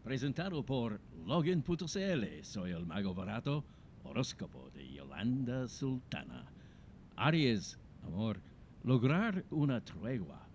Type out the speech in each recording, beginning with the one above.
Presentado por Login.cl. Soy el mago barato, horóscopo de Yolanda Sultana. Aries, amor, lograr una tregua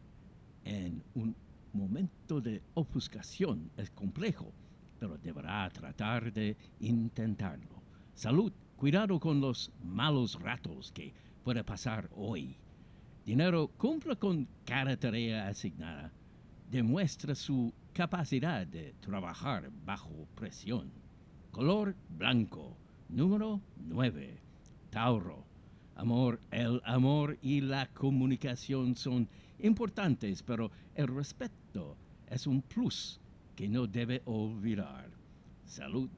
en un momento de ofuscación es complejo, pero deberá tratar de intentarlo. Salud, cuidado con los malos ratos que puede pasar hoy. Dinero, cumpla con cada tarea asignada. Demuestra su capacidad de trabajar bajo presión. Color blanco. Número 9. Tauro. Amor, el amor y la comunicación son importantes, pero el respeto es un plus que no debe olvidar. Salud.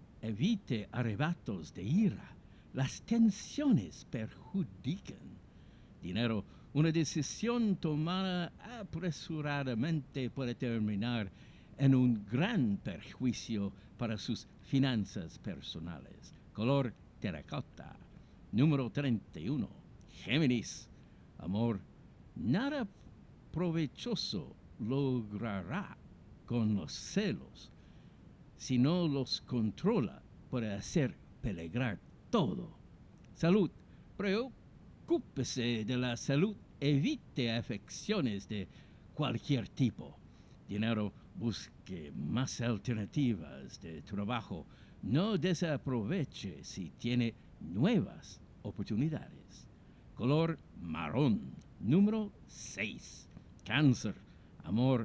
Evite arrebatos de ira. Las tensiones perjudican. Dinero, una decisión tomada apresuradamente puede terminar en un gran perjuicio para sus finanzas personales. Color terracota. Número 31. Géminis. Amor, nada provechoso logrará con los celos. Si no los controla, puede hacer peligrar todo. Salud. Preocúpese de la salud. Evite afecciones de cualquier tipo. Dinero, busque más alternativas de trabajo. No desaproveche si tiene nuevas oportunidades. Color marrón. Número 6. Cáncer. Amor,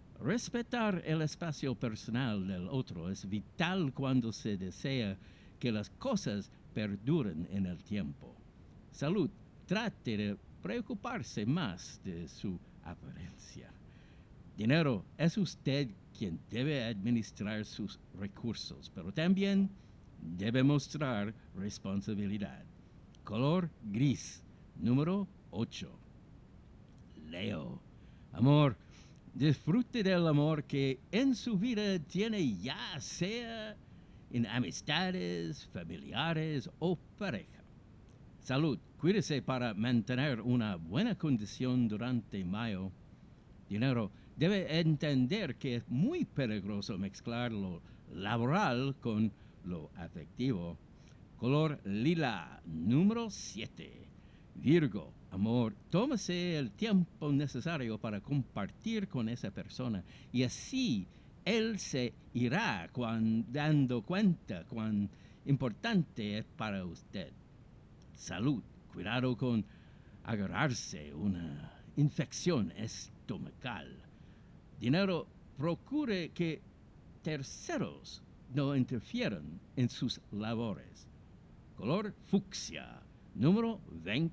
respetar el espacio personal del otro es vital cuando se desea que las cosas perduren en el tiempo. Salud, trate de preocuparse más de su apariencia. Dinero, es usted quien debe administrar sus recursos, pero también debe mostrar responsabilidad. Color gris. Número 8. Leo. Amor, disfrute del amor que en su vida tiene, ya sea en amistades, familiares o pareja. Salud, cuídese para mantener una buena condición durante mayo. Dinero, debe entender que es muy peligroso mezclar lo laboral con lo afectivo. Color lila. Número 7. Virgo, amor, tómese el tiempo necesario para compartir con esa persona y así él se irá dando cuenta cuán importante es para usted. Salud, cuidado con agarrarse una infección estomacal. Dinero, procure que terceros no interfieran en sus labores. Color fucsia. Número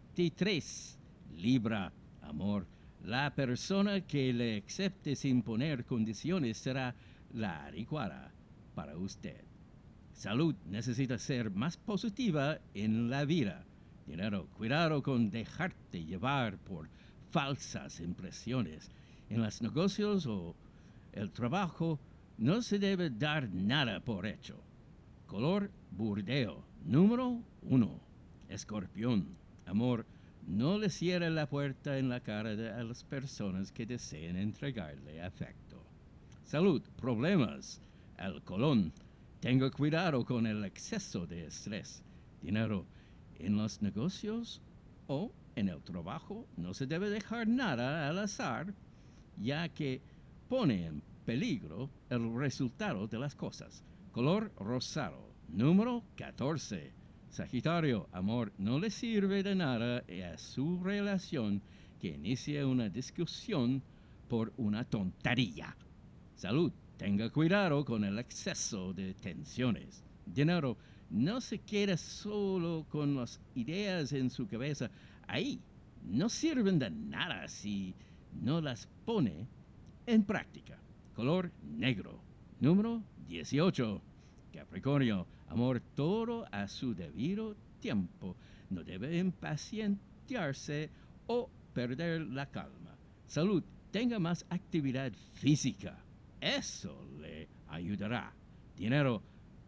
23. Libra. Amor, la persona que le acepte sin poner condiciones será la adecuada para usted. Salud, necesita ser más positiva en la vida. Dinero, cuidado con dejarte llevar por falsas impresiones. En los negocios o el trabajo no se debe dar nada por hecho. Color burdeo. Número 1. Escorpión. Amor, no le cierre la puerta en la cara a las personas que deseen entregarle afecto. Salud, problemas. El colon. Tenga cuidado con el exceso de estrés. Dinero, en los negocios o en el trabajo no se debe dejar nada al azar, ya que pone en peligro el resultado de las cosas. Color rosado. Número 14. Sagitario, amor, no le sirve de nada a su relación que inicie una discusión por una tontería. Salud, tenga cuidado con el exceso de tensiones. Dinero, no se quede solo con las ideas en su cabeza. Ahí no sirven de nada si no las pone en práctica. Color negro. Número 18. Capricornio, amor, todo a su debido tiempo. No debe impacientarse o perder la calma. Salud, tenga más actividad física. Eso le ayudará. Dinero,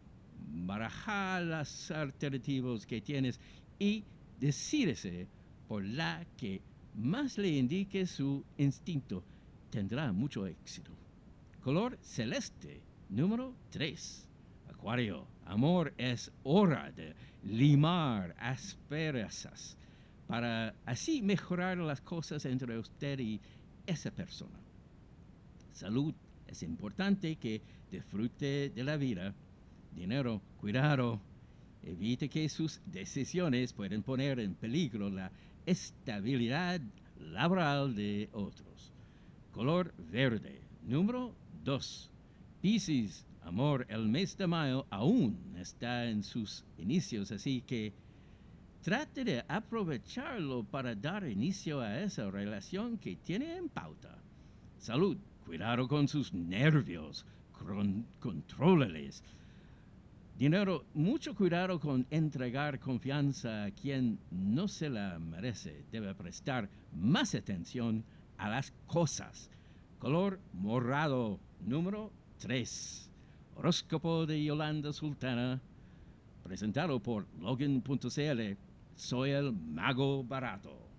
baraja las alternativas que tienes y decídese por la que más le indique su instinto. Tendrá mucho éxito. Color celeste. Número 3. Acuario, amor es hora de limar asperezas para así mejorar las cosas entre usted y esa persona. Salud, es importante que disfrute de la vida. Dinero, cuidado. Evite que sus decisiones puedan poner en peligro la estabilidad laboral de otros. Color verde. Número 2. Piscis, amor, el mes de mayo aún está en sus inicios, así que trate de aprovecharlo para dar inicio a esa relación que tiene en pauta. Salud, cuidado con sus nervios, contrólales. Dinero, mucho cuidado con entregar confianza a quien no se la merece. Debe prestar más atención a las cosas. Color morado, número 3. Horóscopo de Yolanda Sultana, presentado por Logan.cl. Soy el Mago Barato.